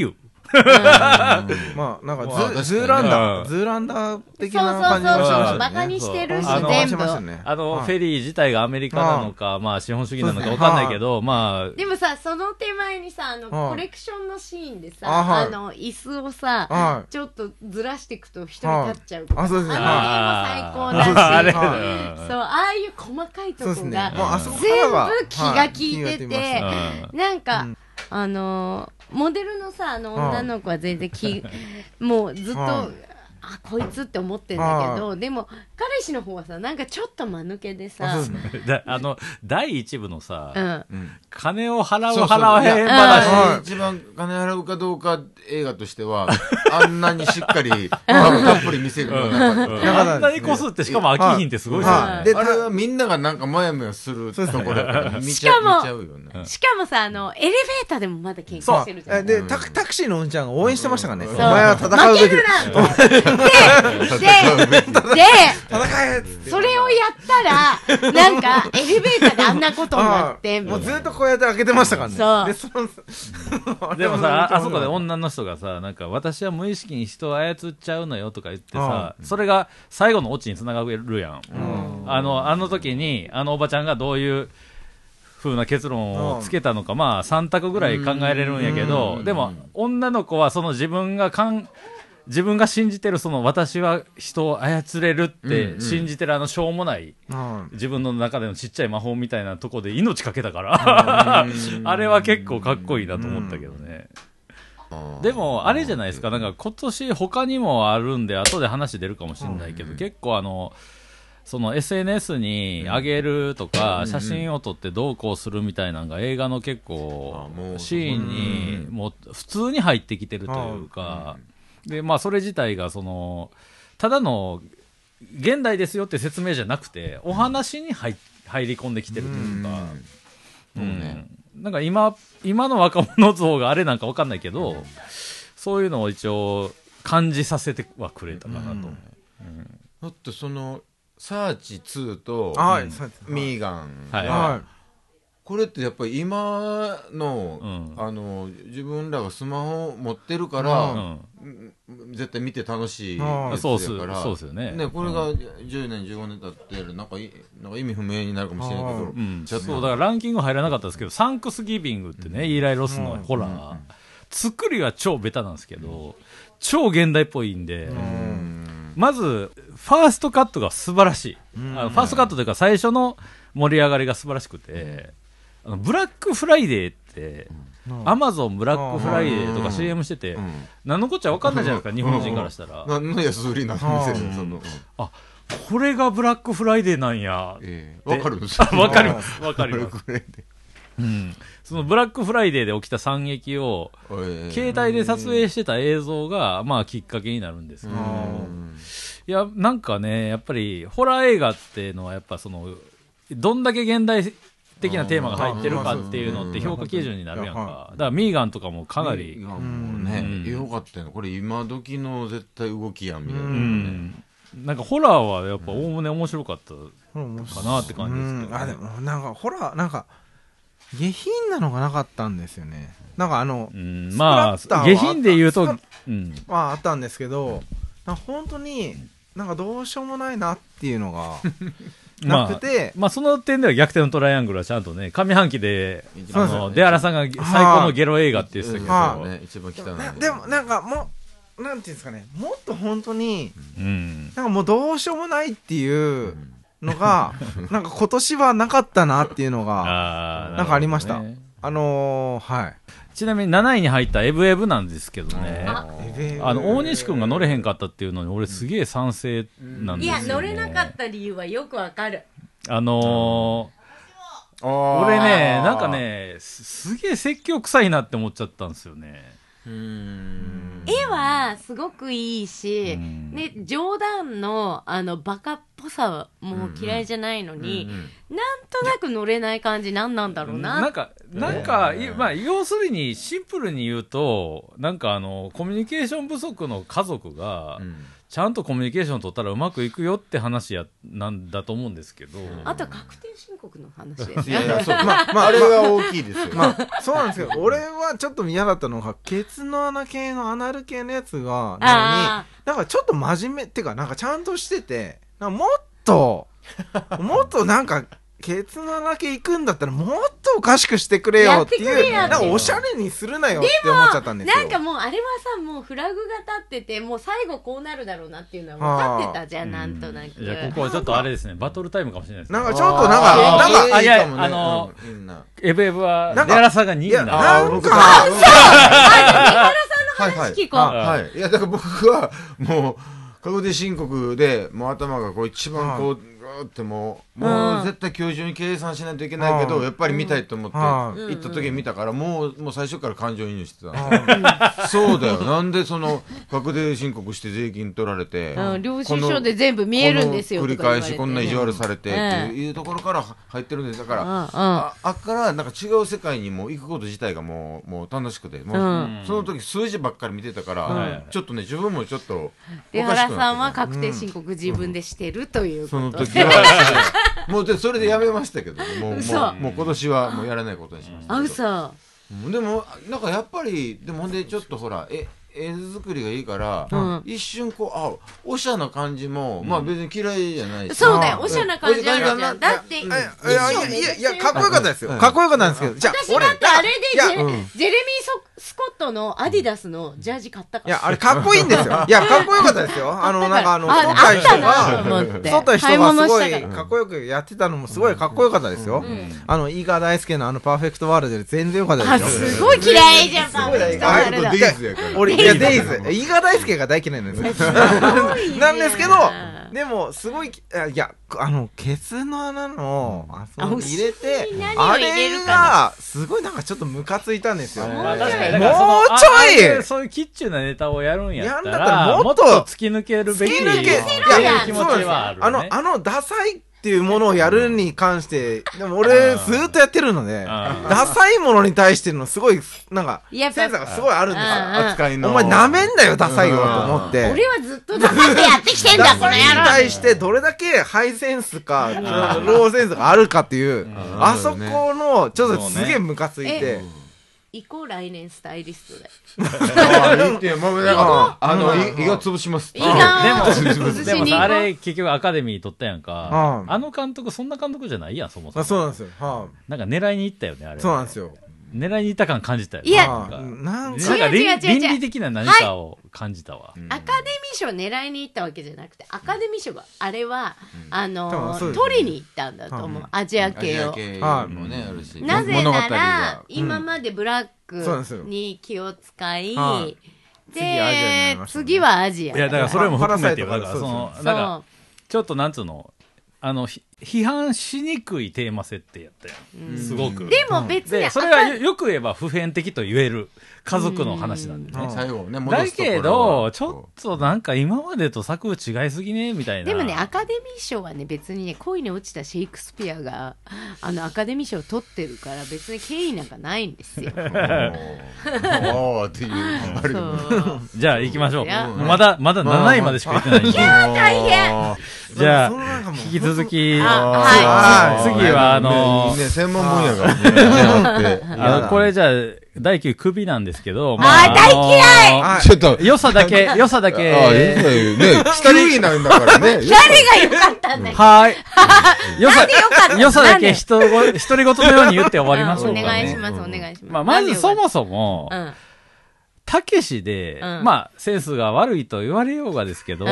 まあなんかズズーランダーズーランダー的な感じがしましたね。 バカにしてるしあの全部あのフェリー自体がアメリカなのかまあ資本主義なのかわかんないけどまあでもさその手前にさあのコレクションのシーンでさああの椅子をさちょっとずらしていくと一人立っちゃうあのゲーム最高だしそうああいう細かいとこが全部気が利いててなんかあのモデルのさあの女の子は全然気もうずっとあこいつって思ってんだけどでも彼氏の方はさなんかちょっと間抜けでさあのだいいち部のさ、 うん、 金を払う払わへん話一番金払うかどうか映画としてはあんなにしっかりたっぷり見せるのがなかった、 あんなにこすってしかも飽きひんってすごいですよね。 であれはみんながなんかもやもやするところだから見ちゃうよね。 しかもさあのエレベーターでもまだ喧嘩してるじゃん。 でタクシーのうんちゃんが応援してましたからね。お前は戦うべきだ。で、で、で、それをやったら、なんか、エレベーターであんなことになって、 もうずっとこうやって開けてましたからね。 そう。 で, でもさ、あそこで女の人がさ、なんか、私は無意識に人を操っちゃうのよとか言ってさ、それが最後のオチにつながるやん。あの、あの時に、あのおばちゃんがどういう、風な結論をつけたのか、まあさん択ぐらい考えれるんやけど、でも女の子はその自分がかん自分が信じてるその私は人を操れるって信じてるあのしょうもない自分の中でのちっちゃい魔法みたいなとこで命かけたからあれは結構かっこいいなと思ったけどね。でもあれじゃないですか、なんか今年他にもあるんで後で話出るかもしれないけど、結構あのその エスエヌエス に上げるとか写真を撮ってどうこうするみたいなのが映画の結構シーンにもう普通に入ってきてるというか、でまあそれ自体がそのただの現代ですよって説明じゃなくてお話に 入, 入り込んできてるというか、うんうんね、なんか今今の若者像があれなんか分かんないけど、そういうのを一応感じさせてはくれたかなと、うんうん、 だってそのサーチツーと、 はい、 ミーガンが、 はいはい、 これってやっぱり今の、 うん、 あの自分らがスマホを持ってるから、うん、絶対見て楽しいやつやから、 そうですよね。 ね、これがじゅうねんじゅうごねん経ってやるなんかなんか意味不明になるかもしれないけど、 うん、そうだからランキング入らなかったですけど、サンクスギビングってね、うん、イーライ・ロスのホラー、うん、作りは超ベタなんですけど、うん、超現代っぽいんで、うん、まずファーストカットが素晴らしい、うん、あのファーストカットというか最初の盛り上がりが素晴らしくて、あのブラックフライデーってアマゾンブラックフライデーとか シーエム してて、うん、何のこっちゃ分かんないじゃないですか、日本人からしたら。 何の安売りなんですよ、その。 あ、これがブラックフライデーなんや。 えー、分かるんですよ。 分かります。分かります。うん、そのブラックフライデーで起きた惨劇を、えー、携帯で撮影してた映像が、まあ、きっかけになるんですけど、いや、なんかね、やっぱりホラー映画っていうのはやっぱそのどんだけ現代的なテーマが入ってるかっていうのって評価基準になるやんか。だからミーガンとかもかなり、 ミーガンもね、うん、よかったよね。これ今時の絶対動きやんみたいな、ね、うん、なんかホラーはやっぱおおむね面白かったかなって感じですけど、ね、うん、 あでもなんかホラーなんか下品なのがなかったんですよね。なんかあの、 うん、まあ下品で言うと、 うん、まああったんですけど、なんか本当になんかどうしようもないなっていうのがなくて、 まあ、まあその点では逆転のトライアングルはちゃんとね上半期であの出原さんが最高のゲロ映画って言ってたけど、はあね、 一番汚い。 でもなんかもうなんていうんですかね、もっと本当に、うん、なんかもうどうしようもないっていうのが、うん、なんか今年はなかったなっていうのがなんかありました。ね、あのー、はい。 ちなみになないに入ったエブエブなんですけどね、ああの大西君が乗れへんかったっていうのに俺すげえ賛成なんですよ、ね、 いや乗れなかった理由はよくわかる。 あのー、俺ねなんかね す, すげえ説教臭いなって思っちゃったんですよね。 うーん、絵はすごくいいし、ね、冗談 の, あのバカっぽさも嫌いじゃないのに、うんうん、なんとなく乗れない感じなんなんだろうな。 なんかなんか、まあ、要するにシンプルに言うとなんかあのコミュニケーション不足の家族が、うん、 ちゃんとコミュニケーション取ったらうまくいくよって話やなんだと思うんですけど、 あとは確定申告の話ですいやいやそうまあ、まあ、あれが大きいですよ、 まあそうなんですけど俺はちょっと嫌だったのがケツの穴系のアナル系のやつがなのになんかちょっと真面目っていうかなんかちゃんとしててなんかもっともっとなんかケツの穴系行くんだったらもっとおかしくしてくれよっていうなんかおしゃれにするなよって思っちゃったんですよ。 なんかもうあれはさもうフラグが立っててもう最後こうなるだろうなっていうのは分かってたじゃん、なんとなく。 じゃあここはちょっとあれですねバトルタイムかもしれないですね。 なんかちょっとなんかなんかあいやあのエブエブはデラさがにいななんかあそうあ三原さんの話聞こう。 はい、いやだから僕はもう確定申告でもう頭がこう一番こうグーってもうもう絶対今日中に計算しないといけないけどやっぱり見たいと思って行った時に見たからもうもう最初から感情移入してた。そうだよなんでその確定申告して税金取られて領収書で全部見えるんですよ繰り返しこんな意地悪されてっていうところから入ってるんですだからああっからなんか違う世界にも行くこと自体がもうもう楽しくてもうその時数字ばっかり見てたからちょっとね自分もちょっと出原さんは確定申告自分でしてるということでもうでそれでやめましたけどもうもうもう今年はもうやらないことにしました。 あ嘘。 でもなんかやっぱりでもでちょっとほらえ絵作りがいいから、うん、一瞬こうあおしゃな感じも、うん、まあ別に嫌いじゃないしそうだよおしゃな感じあるじゃんだっていやいやいやかっこよかったですよかっこよかったんですけどじゃあ私だってあれでジェレミースコットのアディダスのジャージ買ったからいやあれかっこいいんですよいやかっこよかったですよあのなんかあの太った人が太った人がすごいかっこよくやってたのもすごいかっこよかったですよあの井川大輔のあのパーフェクトワールドで全然よかったですよすごい嫌いじゃんパーフェクトワールド俺いやデイズ伊賀大輔が大嫌いなんですよなんですけどでもすごいいやあのケツの穴のあそこ入れてあれがすごいなんかちょっとムカついたんですよもうちょいそういうキッチュなネタをやるんやったらもっと突き抜けるべき気持ちはあるあのあのダサいっていうものをやるに関して、でも俺ずーっとやってるので、ダサいものに対してのすごい、なんか、センスがすごいあるんですよ。扱いの。お前舐めんだよ、ダサいよ、と思って。 俺はずっとダサってやってきてんだ、この野郎。ダサいに対してどれだけハイセンスか、ローセンスがあるかっていう、あそこの、ちょっとすげえムカついて。 行こう来年スタイリストで。 ああ、いいってもうなんかあの胃が潰します。 胃がでもあれ結局アカデミー取ったやんか。あの監督そんな監督じゃないやんそもそも。 そうなんですよ。 なんか狙いに行ったよねあれ。 そうなんですよ。 狙いに行った感感じたよ。 いやなんか倫理的な何かを感じたわ。 アカデミー賞狙いに行ったわけじゃなくてアカデミー賞はあれはあの取りに行ったんだと思うアジア系を。なぜなら今までブラックに気を使いで次はアジア。 いやだからそれも含めてだからそのなんかちょっとなんつうの。あの批判しにくいテーマ設定やったよ、うん、すごく。 でも別にそれはよく言えば普遍的と言える家族の話なんでね、 最後ねだけどちょっとなんか今までと作風違いすぎねみたいな。 でもねアカデミー賞はね別にね恋に落ちたシェイクスピアがあのアカデミー賞を取ってるから別に敬意なんかないんですよ。 おーっていうじゃあ行きましょう。まだまだなないまでしか行ってないんで。 いやー大変。 じゃあ引き続き、はい、次はあの専門分野がこれじゃあだいきゅう首なんですけど、 ああ大嫌い。ちょっと良さだけ良さだけ。 ああねきゅういなんだからね。 誰が良かったんだよ。 はい。良さ良さだけ一人ご一人ごとのように言って終わりましょうかね。 お願いしますお願いします。 まあまずそもそもたけしでまあセンスが悪いと言われようがですけど。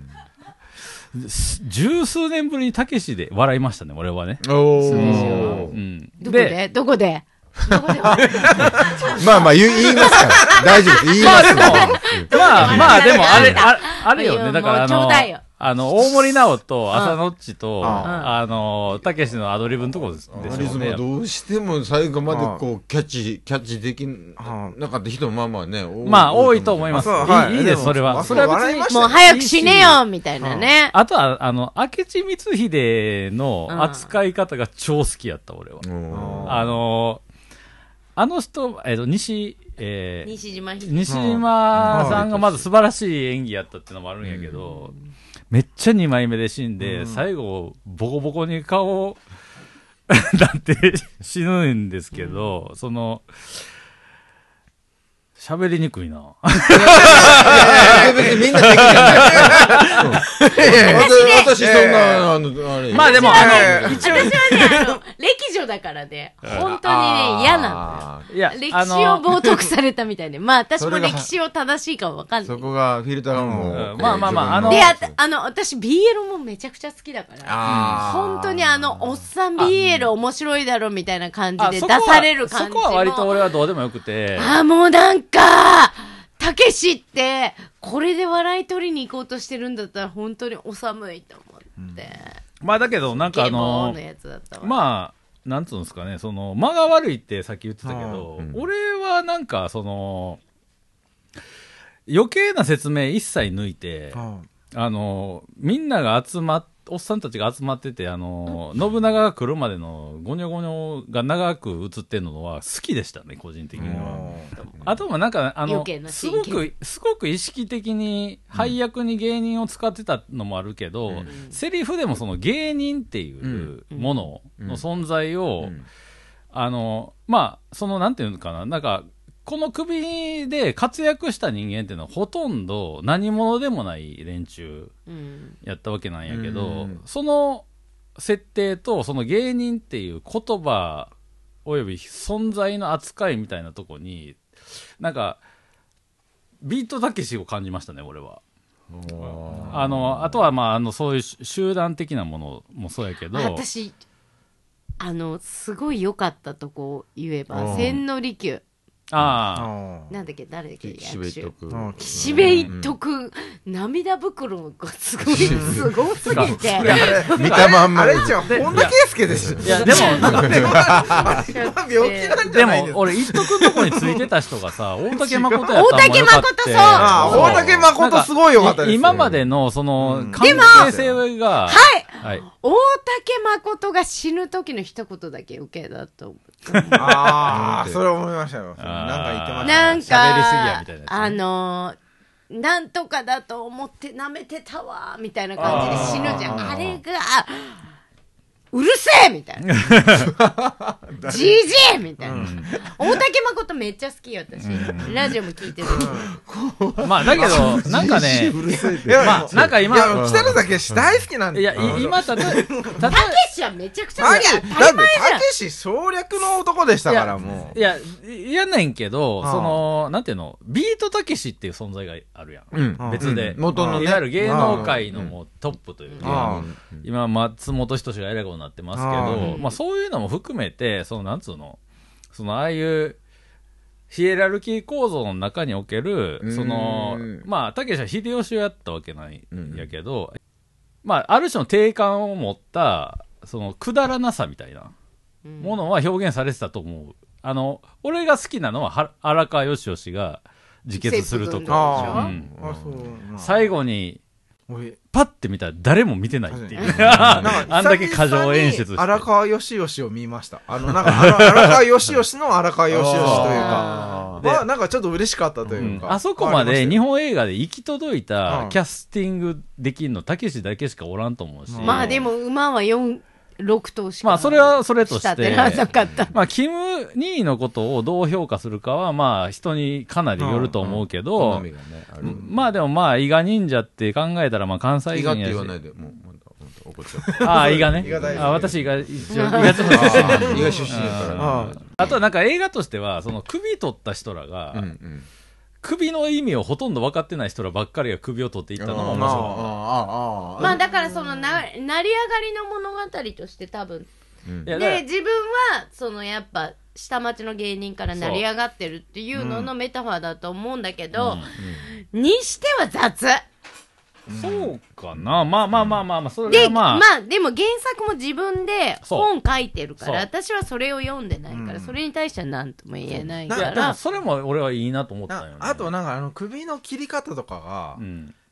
十数年ぶりにたけしで笑いましたね、俺はね。 おー。 うん。どこでどこでどこでまあまあ言いますから。大丈夫です。言います。 まあまあでもあれ、あれよね。だからあの、あの、大森直と浅野っちと、あの、たけしのアドリブのところですよね。 リズムはどうしても最後までこう、キャッチ、キャッチできなかった人もまあまあね。 まあ多いと思います。いいです、それは。それは別に。 もう早く死ねよみたいなね。 あとは、あの、明智光秀の扱い方が超好きやった、俺は。あの、 あの人、えっと、西、えー、 西島西島さんがまず素晴らしい演技やったってのもあるんやけど、めっちゃにまいめで死んで、最後、ボコボコに顔を、だって死ぬんですけど、その、喋りにくいな。 みんなできるじゃない。私、そんな、あの、あれ。 まあでも、あの、 一応。私はね、あの、歴女だからね、本当にね、嫌なんだよ。いや、歴史を冒涜されたみたいで。まあ、私も歴史を正しいかもわかんない。 そこが、フィルターがもう。 まあまあまあ、あの。 で、あの、私、ビーエル もめちゃくちゃ好きだから。本当にあの、おっさん ビーエル 面白いだろみたいな感じで出される感じ。 そこは割と俺はどうでもよくて。 あ、もうなんか、たけしって、これで笑い取りに行こうとしてるんだったら本当にお寒いと思って。 うん、まあだけど、なんかあの、まあ、なんつうんですかね、その、間が悪いってさっき言ってたけど、うん、俺はなんかその、余計な説明一切抜いて、あの、みんなが集まっおっさんたちが集まってて、あの、信長が来るまでのゴニョゴニョが長く映ってるのは好きでしたね、個人的には。あとはなんか、あの、すごく、すごく意識的に配役に芸人を使ってたのもあるけど、うん、セリフでもその芸人っていうものの存在を、うんうん、あの、まあ、その、なんていうのかな、なんか、この首で活躍した人間っていうのはほとんど何者でもない連中やったわけなんやけど、うん、その設定とその芸人っていう言葉および存在の扱いみたいなとこになんかビートたけしを感じましたね、俺は。あのあとはまああのそういう集団的なものもそうやけど、 私あのすごい良かったとこを言えば千利休。 ああ。なんだっけ、誰だっけ、 岸辺一徳。 岸辺一徳、涙袋がすごい、すごすぎて。 見たまんま。 あれじゃ本田圭佑でしょ。 いや、でも、 病気なんじゃないですか。 でも、俺、一徳のとこについてた人がさ、大竹誠やった大竹誠、そう。 大竹誠すごいよかったです。 今までの、その、関係性が、 はい。大竹誠が死ぬ時の一言だけ受けだと思う。 ああ、それ思いましたよ。なんか言ってましたね。 なんか、 喋りすぎやみたいな、ね。 あのー、なんとかだと思って舐めてたわみたいな感じで死ぬじゃん。あ, あれが、うるせえみたいな。じじいみたいな。うん、大竹誠めっちゃ好きよ、私。うん、ラジオも聞いてる。 まあ、だけど、なんかね、まあ、なんか今、 北野武大好きなんだよ。いや、今、たとえ、 たけしはめちゃくちゃ好き。だって、 たけし省略の男でしたから、もう。いや、嫌ねんけど、その、なんていうの、ビートたけしっていう存在があるやん。別で。 元のね。 いわゆる芸能界のもうトップというか、今、松本人志が偉いことになってますけど、まあそういうのも含めて、そのなんつうの、そのああいうヒエラルキー構造の中における、その、まあ、たけしは秀吉をやったわけないんやけど、まあ、ある種の定感を持った、そのくだらなさみたいなものは表現されてたと思う。あの、俺が好きなのは、荒川よしよしが自決するとか、最後に、パッて見たら誰も見てないっていう。あんだけ過剰演出して。 荒川よしよしを見ました。あの、なんか、荒川よしよしの荒川よしよしというか、まあ、なんかちょっと嬉しかったというか。 あそこまで日本映画で行き届いたキャスティングできるの、たけしだけしかおらんと思うし。 まあでも馬はよん、ろく頭しか。 まあそれはそれとして。 なかった。 まあキム・ニーのことをどう評価するかはまあ人にかなりよると思うけど、うんうんね、まあでもまあ伊賀忍者って考えたらまあ関西人やし。伊賀って言わないで、もう、怒っちゃう。ああ、伊賀ね。あ私伊賀、一応伊賀出身。 伊賀出身やから。 あとはなんか映画としては、その首取った人らが、うんうん首の意味をほとんど分かってない人らばっかりが首を取っていったのも面白い。 まあだからそのな成り上がりの物語として多分、うん、で自分はそのやっぱ下町の芸人から成り上がってるっていうののメタファーだと思うんだけど、うんうん、にしては雑。 そうかな、まあまあまあまあまあ、それはまあ。 で、まあ、でも原作も自分で本書いてるから、私はそれを読んでないから、うん、それに対しては何とも言えないから。 いや、それも俺はいいなと思ったよね。 あとなんかあの首の切り方とかが、うん、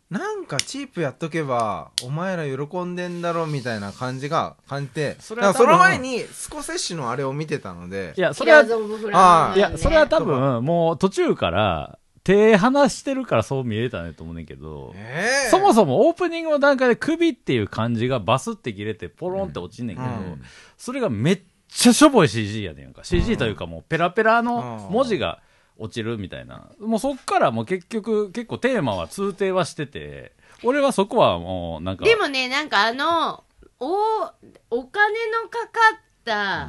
なんかチープやっとけばお前ら喜んでんだろみたいな感じが感じて、それはその前にスコセッシのあれを見てたので、 いやそれは、あいやそれは多分もう途中から手離してるからそう見えたねと思うねんけど、えー、そもそもオープニングの段階で首っていう感じがバスって切れてポロンって落ちんねんけど、うん、それがめっちゃしょぼい シージー やねんか。 シージー というかもうペラペラの文字が落ちるみたいな、もうそっからもう結局結構テーマは通底はしてて、俺はそこはもうなんかでもね、なんかあのおお金のかかった、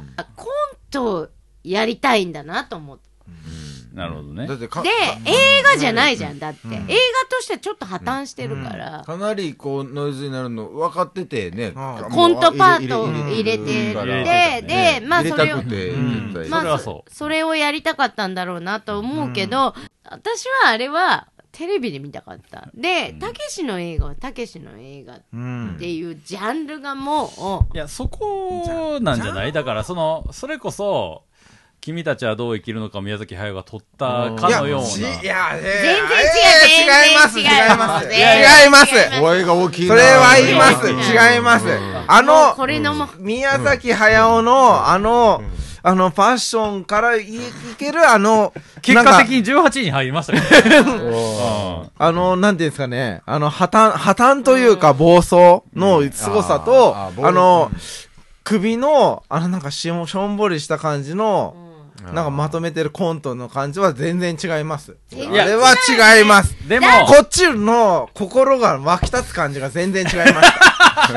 うん、コントやりたいんだなと思って、 うん、なるほどね。 だってかで映画じゃないじゃん、だって、うん、映画としてはちょっと破綻してるから、 うんうん、かなりこうノイズになるの分かっててね、 コントパート入れてて、でまあそれを、 うんまあ、そ, それをやりたかったんだろうなと思うけど、うん、私はあれはテレビで見たかった。で、たけしの映画はたけしの映画っていうジャンルがもう、いやそこなんじゃない？だからそのそれこそ君たちはどう生きるのか宮崎駿が撮ったかのような。いや、いや、 全然違う、違います、違います、違います。 声が大きいな。 それは言います、違います。あの、 これのも宮崎駿の、あの、あの、ファッションからいける、あの、 結果的にじゅうはちいに入りましたけど、 あの、なんていうんですかね、あの、破綻、破綻というか暴走の凄さと、あの、首の、あの、なんかしょんぼりした感じの、なんかまとめてるコントの感じは全然違います。あれは違います。 でも、 こっちの心が湧き立つ感じが全然違いました。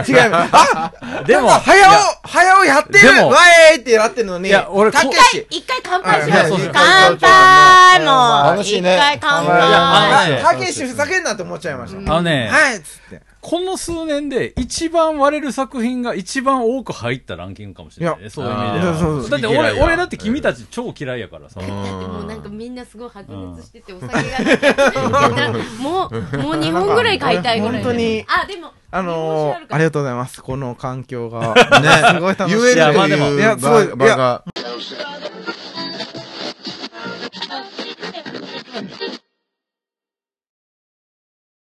違います。あでも、はやお、はやおやってるわえーってやってるのに、いや、 俺、たけし。一回乾杯しよう。乾杯もう。一回乾杯。 たけしふざけんなって思っちゃいました。 あのね、 はいっつって。 この数年で一番割れる作品が一番多く入ったランキングかもしれないね。そういう意味では。だって俺、俺だって君たち超嫌いやからさ。 だってもうなんかみんなすごい白熱しててお酒がなくて、もう、もうにほんぐらい買いたいぐらい。 本当に。 あ、でも、 あのー、ありがとうございます。この環境が。ね、すごい楽しい。 言えるいや、まあでも、 いや、すごい、いや、